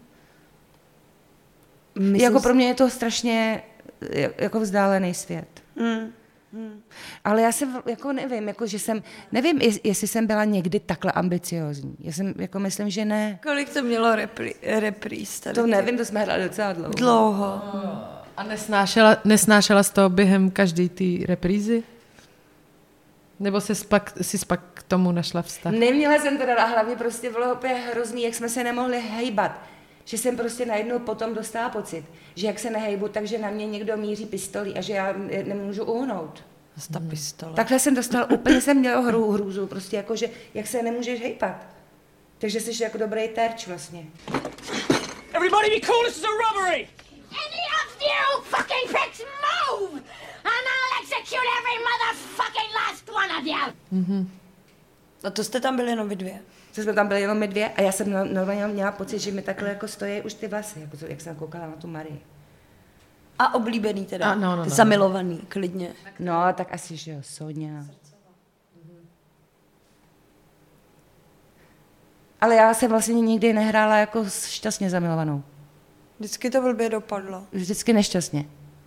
Jako pro mě je to strašně jako vzdálený svět. Mm. Hmm. Ale já se jako nevím, jako že jsem, nevím, jestli jsem byla někdy takhle ambiciozní. Já jsem, jako myslím, že ne. Kolik to mělo reprí, repríz tady? To nevím, to jsme hráli docela dlouho. Dlouho. A nesnášela, nesnášela z toho během každý ty reprízy? Nebo jsi pak, jsi pak k tomu našla vztah? Neměla jsem teda, a hlavně prostě bylo úplně hrozný, jak jsme se nemohli hejbat. Že jsem prostě najednou potom dostala pocit, že jak se nehejbu, takže na mě někdo míří pistolí a že já nemůžu uhnout. Ta pistole. Takhle jsem dostala, úplně jsem měla hru, hrůzu, prostě jako, že jak se nemůžeš hejbat. Takže jsi jako dobrý terč vlastně. Everybody be cool, this is a robbery! Any of you fucking pricks move! And I'll execute every motherfucking last one of you! Mhm. A to jste tam byli jenom vy dvě? Co jsme tam byli jenom my dvě a já jsem normálně měla pocit, že mi takhle jako stojí už ty vlasy, jako to, jak jsem koukala na tu Marii. A oblíbený teda, a no, no, no. zamilovaný, klidně. No, tak asi, že jo, Soňa. Ale já jsem vlastně nikdy nehrála jako šťastně zamilovanou. Vždycky to blbě dopadlo. Vždycky nešťastně.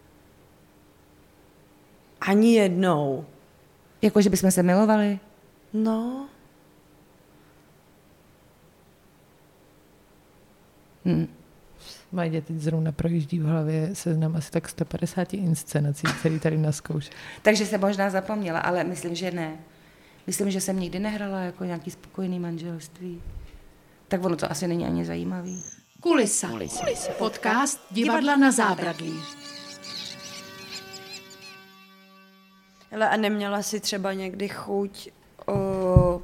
Ani jednou. Jako, že bychom se milovali? No. Hmm. Majdě teď zrovna projíždí v hlavě seznam asi tak sto padesát inscenací, který tady naskouš. Takže se možná zapomněla, ale myslím, že ne. Myslím, že jsem nikdy nehrála jako nějaký spokojený manželství. Tak ono to asi není ani zajímavý. Kulisa. Kulisa. Podcast Divadla na zábradlí. Hele, a neměla jsi třeba někdy chuť o...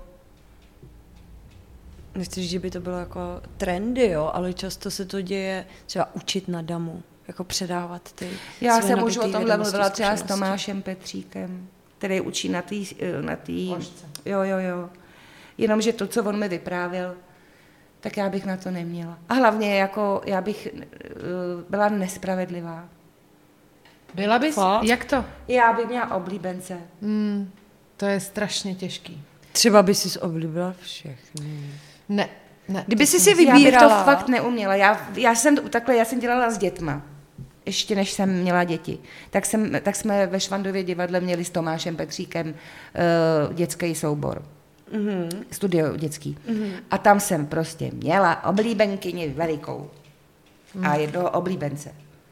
Nechci říct, že by to bylo jako trendy, jo, ale často se to děje třeba učit na damu, jako předávat ty Já jsem už o tomhle mluvila třeba s Tomášem Petříkem, který učí na té... Na tý, jo, jo, jo. Jenomže to, co on mi vyprávěl, tak já bych na to neměla. A hlavně jako já bych uh, byla nespravedlivá. Byla bys? Fakt? Jak to? Já bych měla oblíbence. Hmm, to je strašně těžký. Třeba by jsi oblíbila všechny. Ne, ne. Kdyby jsi si vybírala. Já bych to fakt neuměla. Já, já jsem takhle, já jsem dělala s dětma. Ještě než jsem měla děti. Tak, jsem, tak jsme ve Švandově divadle měli s Tomášem Petříkem uh, dětský soubor. Mm-hmm. Studio dětský. Mm-hmm. A tam jsem prostě měla oblíbenkyni velikou. Mm. A jednoho oblíbence.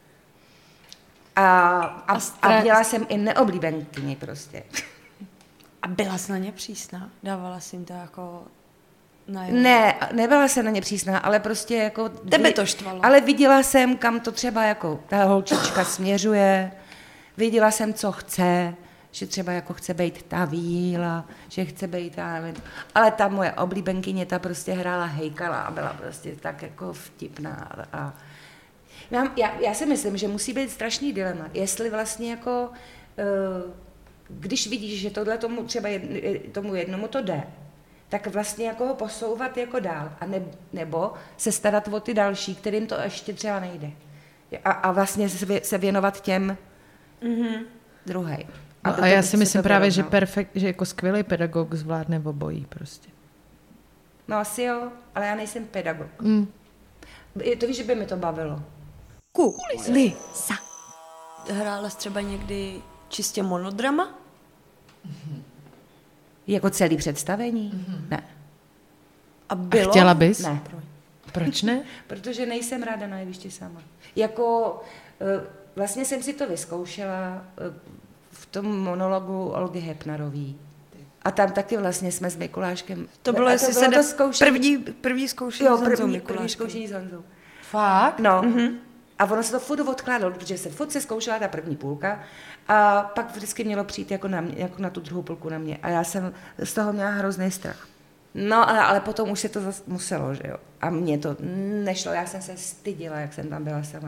A, a, a měla jsem i neoblíbenkyni prostě. A byla jsi na ně přísná? Dávala jsi jim to jako... Ne, nebyla jsem na ně přísná, ale prostě jako... Tebe to štvalo. Ale viděla jsem, kam to třeba jako ta holčička směřuje, viděla jsem, co chce, že třeba jako chce být ta víla, že chce být, já nevím. Ale ta moje oblíbenkyně, ta prostě hrála hejkala a byla prostě tak jako vtipná. A já, já, já si myslím, že musí být strašný dilema, jestli vlastně jako, když vidíš, že tohle tomu třeba jed, tomu jednomu to jde, tak vlastně jako ho posouvat jako dál, a ne, nebo se starat o ty další, kterým to ještě třeba nejde. A, a vlastně se, se věnovat těm mm-hmm. druhej. A, no a já si myslím právě, že, perfekt, že jako skvělý pedagog zvládne obojí prostě. No asi jo, ale já nejsem pedagog. Mm. To víš, že by mi to bavilo. Kulisa. Hrála jsi třeba někdy čistě monodrama? Mm-hmm. Jako celý představení? Mm-hmm. Ne. A bylo? A chtěla bys? Ne. Proč ne? Protože nejsem ráda na jevišti sama. Jako, vlastně jsem si to vyzkoušela v tom monologu Olgy Hepnarový. A tam taky vlastně jsme s Mikuláškem... To bylo, jestli se to zkoušení... První, první zkoušení jo, s Honzou první, první zkoušení s Honzou. Fakt? No. Mm-hmm. A ono se to furt odkládalo, protože se furt se zkoušela ta první půlka a pak vždycky mělo přijít jako na, mě, jako na tu druhou půlku na mě. A já jsem z toho měla hrozný strach. No, ale, ale potom už se to zase muselo, že jo. A mně to nešlo, já jsem se stydila, jak jsem tam byla sama.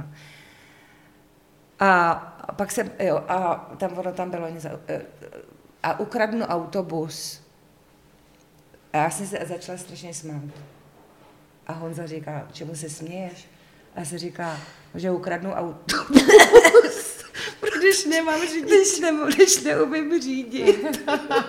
A, a pak jsem, jo, a tam ono tam bylo něco, a ukradnu autobus. A já jsem se začala strašně smát. A Honza říká, čemu se směješ? A se říká, že ukradnu autobus, když nemám řídit, když, ne, když neumím řídit.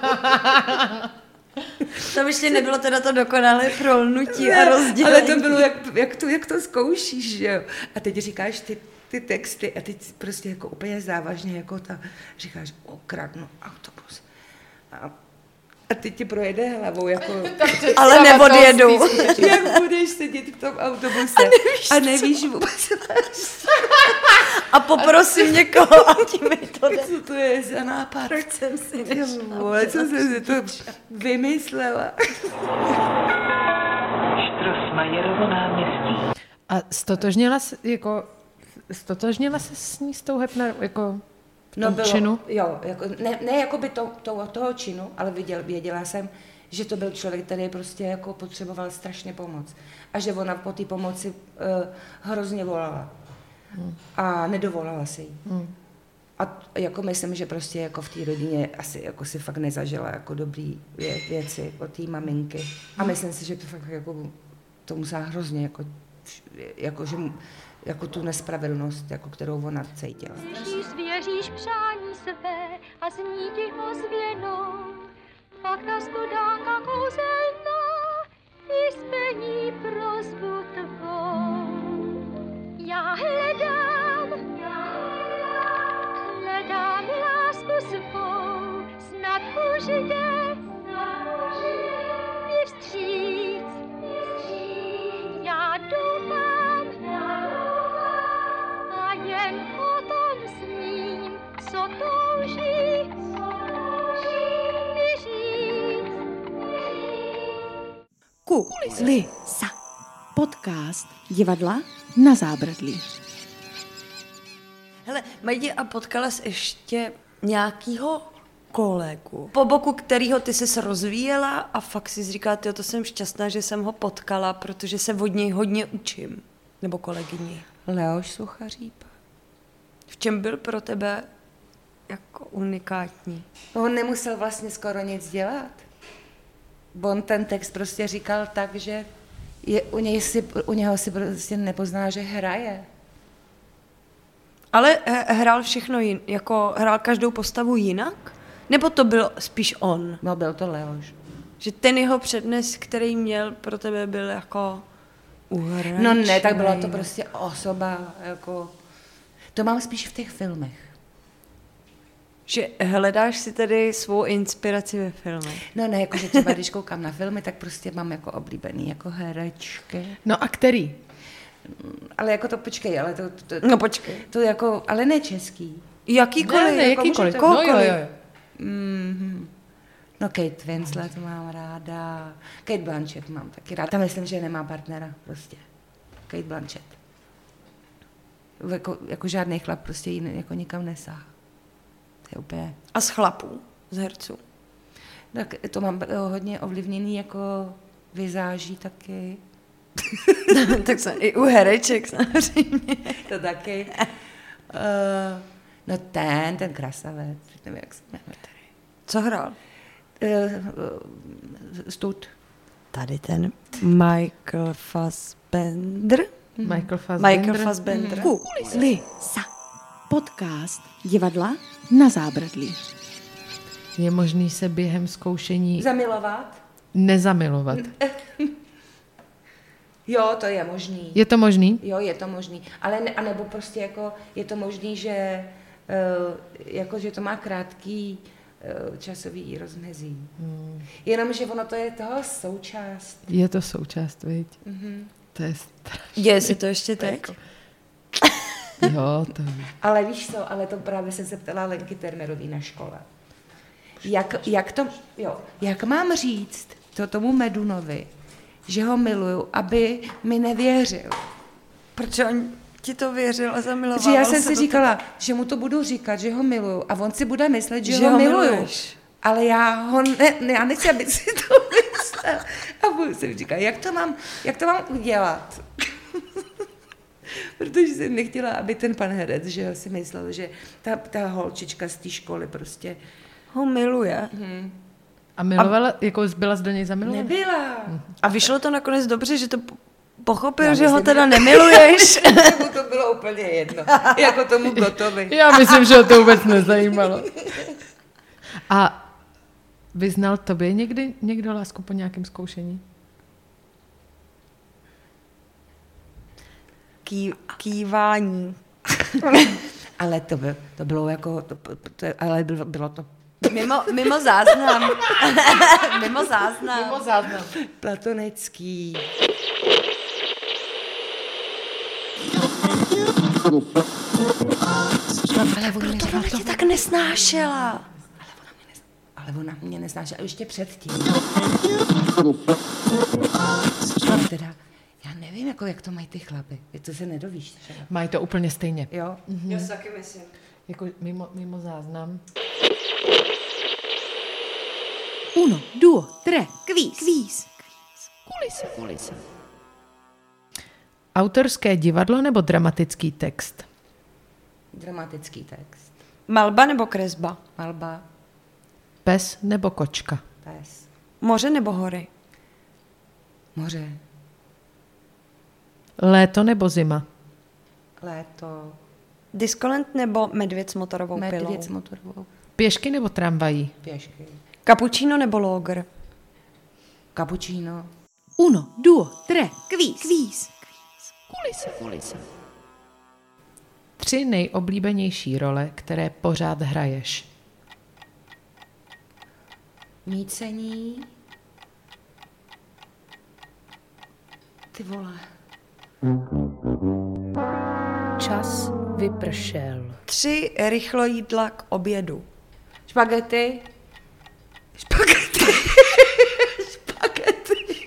To ještě nebylo teda to dokonalé prolnutí ne, a rozdělení. Ale to bylo, jak, jak, to, jak to zkoušíš, že jo. A teď říkáš, ty ty texty a teď prostě jako úplně závažně jako ta, říkáš, okradnu autobus. A, a teď ti projede hlavou, jako... Ale neodjedou. Jak budeš sedět v tom autobuse a nevíš, a nevíš vůbec. A poprosím někoho, a ti mi to jde. Co to je za nápad? Proč jsem si nešla? Co jsem si to vymyslela? Štrosmajerovo náměstí. A stotožnila se, jako, stotožnila se s ní, s tou Hepnerovou, jako v tom no bylo, činu? Jo, jako, ne, ne jako by to, to, toho činu, ale věděl, věděla jsem, že to byl člověk, který prostě jako potřeboval strašně pomoc. A že ona po té pomoci uh, hrozně volala. Hmm. A nedovolala si jí. Hmm. A jako myslím, že prostě jako v té rodině asi jako si fakt nezažila jako dobrý vě, věci od té maminky. A myslím si, že to fakt jako to musela hrozně jako, jako, že, jako tu nespravedlnost, jako kterou ona cítila. Svěříš přání své a zní ti ozvěnou, pak ta studánka kouzelná i spení prosbu tvou. Já hledám, já hledám lásku svou, snad už jde mi vstříc. Já doufám, a jen o tom sním, co touží mi říct. Kulisa. Podcast divadla na Zábradlí. Hele, Majdi, a potkala jsi ještě nějakýho kolegu, po boku kterýho ty jsi rozvíjela a fakt si říkala, tyjo, to jsem šťastná, že jsem ho potkala, protože se od něj hodně učím. Nebo kolegyni. Leoš Suchaříp. V čem byl pro tebe jako unikátní? On nemusel vlastně skoro nic dělat. On ten text prostě říkal tak, že je, u, něj si, u něho si prostě nepozná, že hraje. Ale hrál všechno jinak, jako hrál každou postavu jinak? Nebo to byl spíš on? No, byl to Leoš. Že ten jeho přednes, který měl, pro tebe byl jako uhraničnej. No ne, tak byla to prostě osoba, jako... To mám spíš v těch filmech. Že hledáš si tedy svou inspiraci ve filmech? No ne, jako že třeba když koukám na filmy, tak prostě mám jako oblíbený jako herečky. No a který? Ale jako to, počkej, ale to... to, to no počkej. To jako, ale ne český. Jakýkoliv. Ne, ne, jako jakýkoliv. No, jo, jo, jo. Mm-hmm. No Kate Winslet mám ráda, Kate Blanchett mám taky ráda. Tam myslím, že nemá partnera prostě. Kate Blanchett. Jako, jako žádný chlap prostě jiný, jako nikam nesáhl. To je úplně... A z chlapů, z herců? Tak to mám hodně ovlivněný jako vizáží taky. Tak jsem i u hereček samozřejmě. To taky. Uh, no ten, ten krasavec, nevím, jak se jmenuje tady. Co hrál? Uh, Stud. Tady ten Michael Fassbender. Mm. Michael Fassbender. Michael Fassbender. Mm. Kulisa. Podcast divadla na Zábradlí. Je možný se během zkoušení... Zamilovat? Nezamilovat. Jo, to je možný. Je to možný? Jo, je to možný. Ale ne, anebo prostě jako je to možný, že uh, jako, že to má krátký uh, časový rozmezí. Hmm. Jenomže ono to je toho součást. Je to součást, viď? Mm-hmm. To je strašný. Děje se to ještě teď? Jo, to... Ale víš co, ale to právě jsem se ptala Lenky Ternerový na škole. Jak, jak, to, jo, jak mám říct to tomu Medunovi, že ho miluju, aby mi nevěřil. Proč on ti to věřil a zamiloval? Že já jsem si říkala, tebe. Že mu to budu říkat, že ho miluju a on si bude myslet, že, že ho, ho miluju. Miluješ. Ale já ho ne, ne, já nechci, aby si to myslel. A budu si říkat, jak to mám, jak to mám udělat? Protože jsem nechtěla, aby ten pan herec, že si myslel, že ta, ta holčička z té školy prostě ho miluje. Hmm. A milovala, a jako byla jsi do něj zamilovaná? Nebyla. A vyšlo to nakonec dobře, že to pochopil, já že myslím, ho teda nemiluješ? Mu to bylo úplně jedno. Jako tomu Gotovi. Já myslím, že ho to vůbec nezajímalo. A vyznal tobě někdy někdo lásku po nějakém zkoušení? Ký, kývání. Ale to, by, to bylo jako, to, to, ale bylo, bylo to Mimo, mimo záznam. mimo záznam. Mimo záznam. Platonický. Ale on mi To tě tak nesnášela. Ale ona mě nesnášela ještě předtím. Teda, já nevím, jako, jak to mají ty chlapy. To se nedovíš. Třeba. Mají to úplně stejně. Jo? Mhm. Já si taky myslím. Jako mimo, mimo záznam. Uno, duo, tre. Kvíz. Kvíz. Kulise, kulise. Autorské divadlo nebo dramatický text? Dramatický text. Malba nebo kresba? Malba. Pes nebo kočka? Pes. Moře nebo hory? Moře. Léto nebo zima? Léto. Diskolent nebo medvěd s motorovou pilou? Medvěd s motorovou. Pěšky nebo tramvají? Pěšky. Cappuccino nebo lager? Cappuccino. Uno, duo, tre. Kvíz. Kvíz. Kulise, kulise. Tři nejoblíbenější role, které pořád hraješ. Mícení. Ty vole. Čas vypršel. Tři rychlojídla k obědu. Špagety. Špagety. Špagety.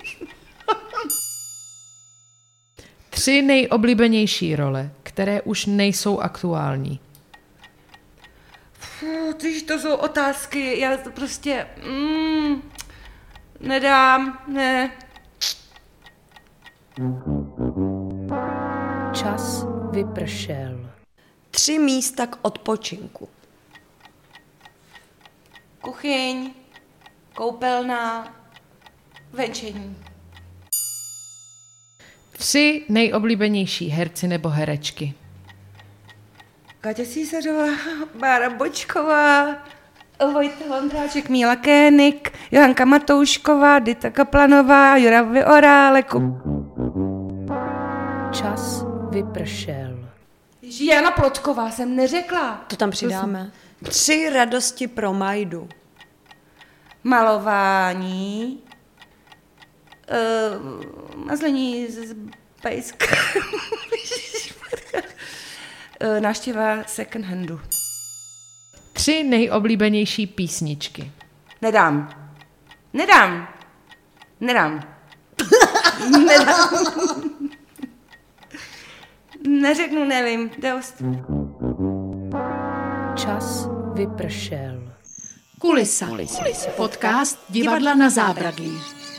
Tři nejoblíbenější role, které už nejsou aktuální. Fů, tyž to jsou otázky, já to prostě mm, nedám, ne. Čas vypršel. Tři místa k odpočinku. Kuchyň, koupelna, venčení. Tři nejoblíbenější herci nebo herečky. Kaťa Císařová, Bára Bočková, Vojta Vondráček, Míla Kénik, Johanka Matoušková, Dita Kaplanová, Jura Vyorálek. Čas vypršel. Ježí, Jana Plotková jsem neřekla. To tam přidáme. Tři radosti pro Majdu. Malování, uh, mazlení z pejska, uh, návštěva second handu. Tři nejoblíbenější písničky. Nedám. Nedám. Nedám. Nedám. Neřeknu, nevím. Dost. Čas vypršel. Kulisa. Kulisa. Podcast Divadla na zábradlí.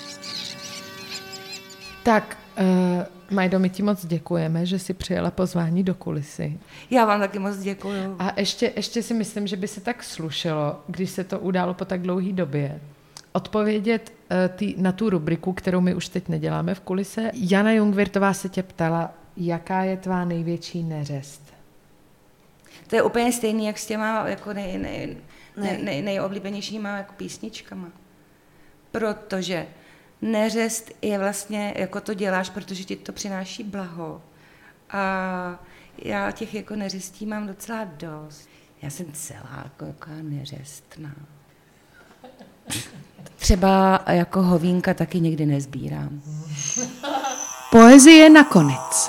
Tak, uh, Majdo, my ti moc děkujeme, že jsi přijela pozvání do Kulisy. Já vám taky moc děkuju. A ještě, ještě si myslím, že by se tak slušelo, když se to událo po tak dlouhé době, odpovědět uh, tý, na tu rubriku, kterou my už teď neděláme v Kulise. Jana Jungwirthová se tě ptala, jaká je tvá největší neřest? To je úplně stejný, jak s těma jako nej, nej, nej, nej, nejoblíbenějšíma jako písničkama. Protože neřest je vlastně, jako to děláš, protože ti to přináší blaho. A já těch jako neřestí mám docela dost. Já jsem celá jako, jako neřestná. Třeba jako hovínka taky někdy nezbírám. Poezie nakonec.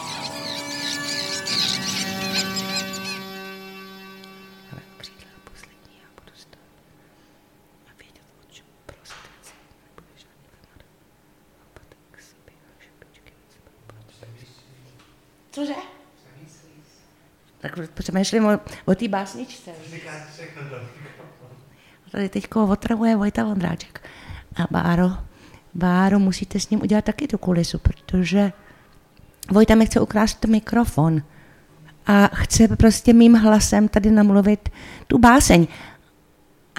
Cože? Tak přemýšlím o, o té básničce. Tady teďko otravuje Vojta Vondráček. A Báro, Báro, musíte s ním udělat taky tu kulisu, protože Vojta mi chce ukrást mikrofon a chce prostě mým hlasem tady namluvit tu báseň. A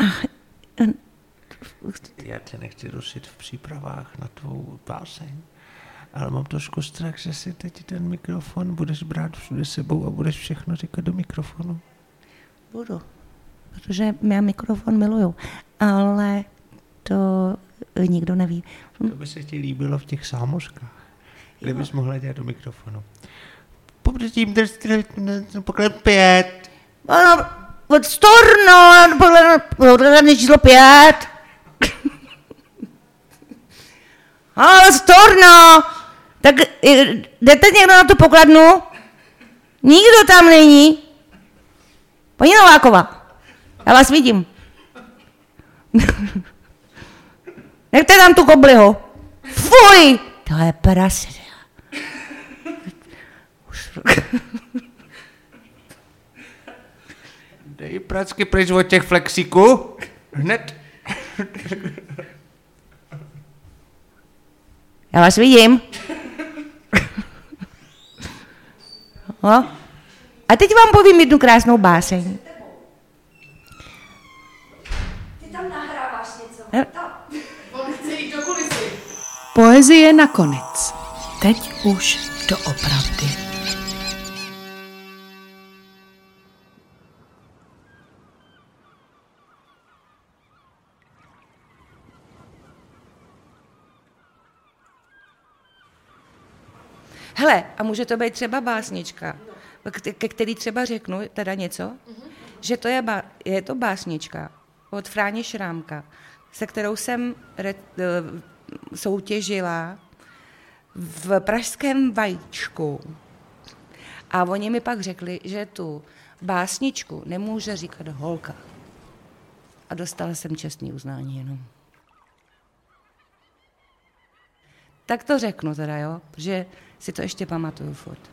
já tě nechci rušit v přípravách na tvou báseň, ale mám trošku strach, že si teď ten mikrofon budeš brát všude sebou a budeš všechno říkat do mikrofonu. Budu, protože já mikrofon miluju, ale to nikdo neví. To by se ti líbilo v těch sámoškách, kde bys mohla dělat do mikrofonu. Pobřežím drží poklad pět. Ano, od Storno, poklad číslo pět. Ale Storno, tak jdete někdo na tu pokladnu? Nikdo tam není. Paní Nováková, já vás vidím. Nechte tam tu koblihu. Fuj, to je prase. Dej pracky pryč od těch flexíků. Hned. Já vás vidím. No. A teď vám povím jednu krásnou báseň. Ty tam nahráváš něco. On chce jít do kulisy. Poezie nakonec. Teď už doopravdy. Hele, a může to být třeba básnička, ke který třeba řeknu teda něco, mm-hmm. že to je, ba- je to básnička od Fráně Šrámka, se kterou jsem re- soutěžila v pražském Vajíčku. A oni mi pak řekli, že tu básničku nemůže říkat holka. A dostala jsem čestný uznání jenom. Tak to řeknu teda, jo, protože si to ještě pamatuju furt.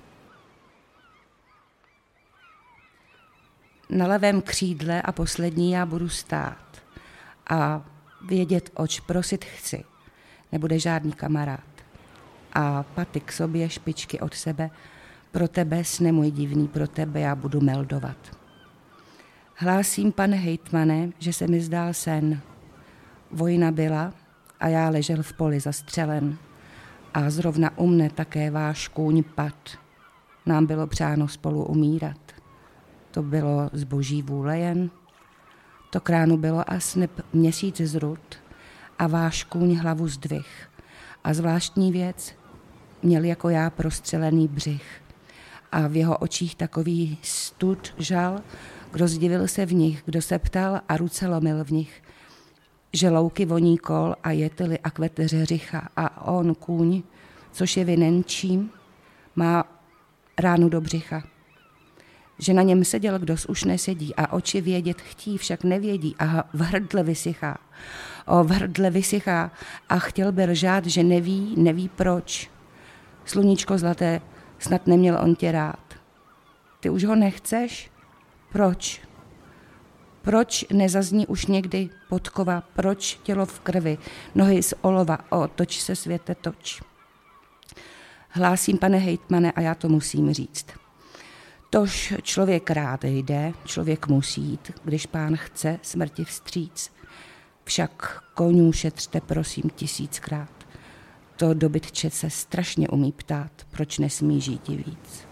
Na levém křídle a poslední já budu stát a vědět, oč prosit chci. Nebude žádný kamarád. A paty k sobě, špičky od sebe, pro tebe sne můj divný, pro tebe já budu meldovat. Hlásím, pane hejtmane, že se mi zdál sen. Vojna byla a já ležel v poli zastřelen. A zrovna u mne také váš kůň pad. Nám bylo přáno spolu umírat. To bylo z boží vůle jen. To kránu bylo a sneb měsíc zrud a váš kůň hlavu zdvih. A zvláštní věc, měl jako já prostřelený břich. A v jeho očích takový stud žal, kdo zdivil se v nich, kdo se ptal a ruce lomil v nich. Že louky voní kol a jetily a kvete řeřicha a on kůň, což je vinen čím, má ránu do břicha. Že na něm seděl, kdož už nesedí a oči vědět chtí, však nevědí a v hrdle vysychá. O, v hrdle vysychá a chtěl by lžát, že neví, neví proč. Sluníčko zlaté, snad neměl on tě rád. Ty už ho nechceš? Proč? Proč nezazní už někdy podkova, proč tělo v krvi, nohy z olova, o, toč se světe, toč. Hlásím, pane hejtmane, a já to musím říct. Tož člověk rád jde, člověk musí jít, když pán chce smrti vstříc. Však konů šetřte, prosím, tisíckrát. To dobytče se strašně umí ptát, proč nesmí žít víc.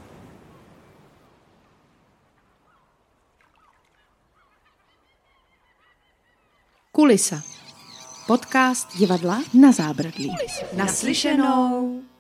Kulisa. Podcast divadla Na zábradlí. Naslyšenou.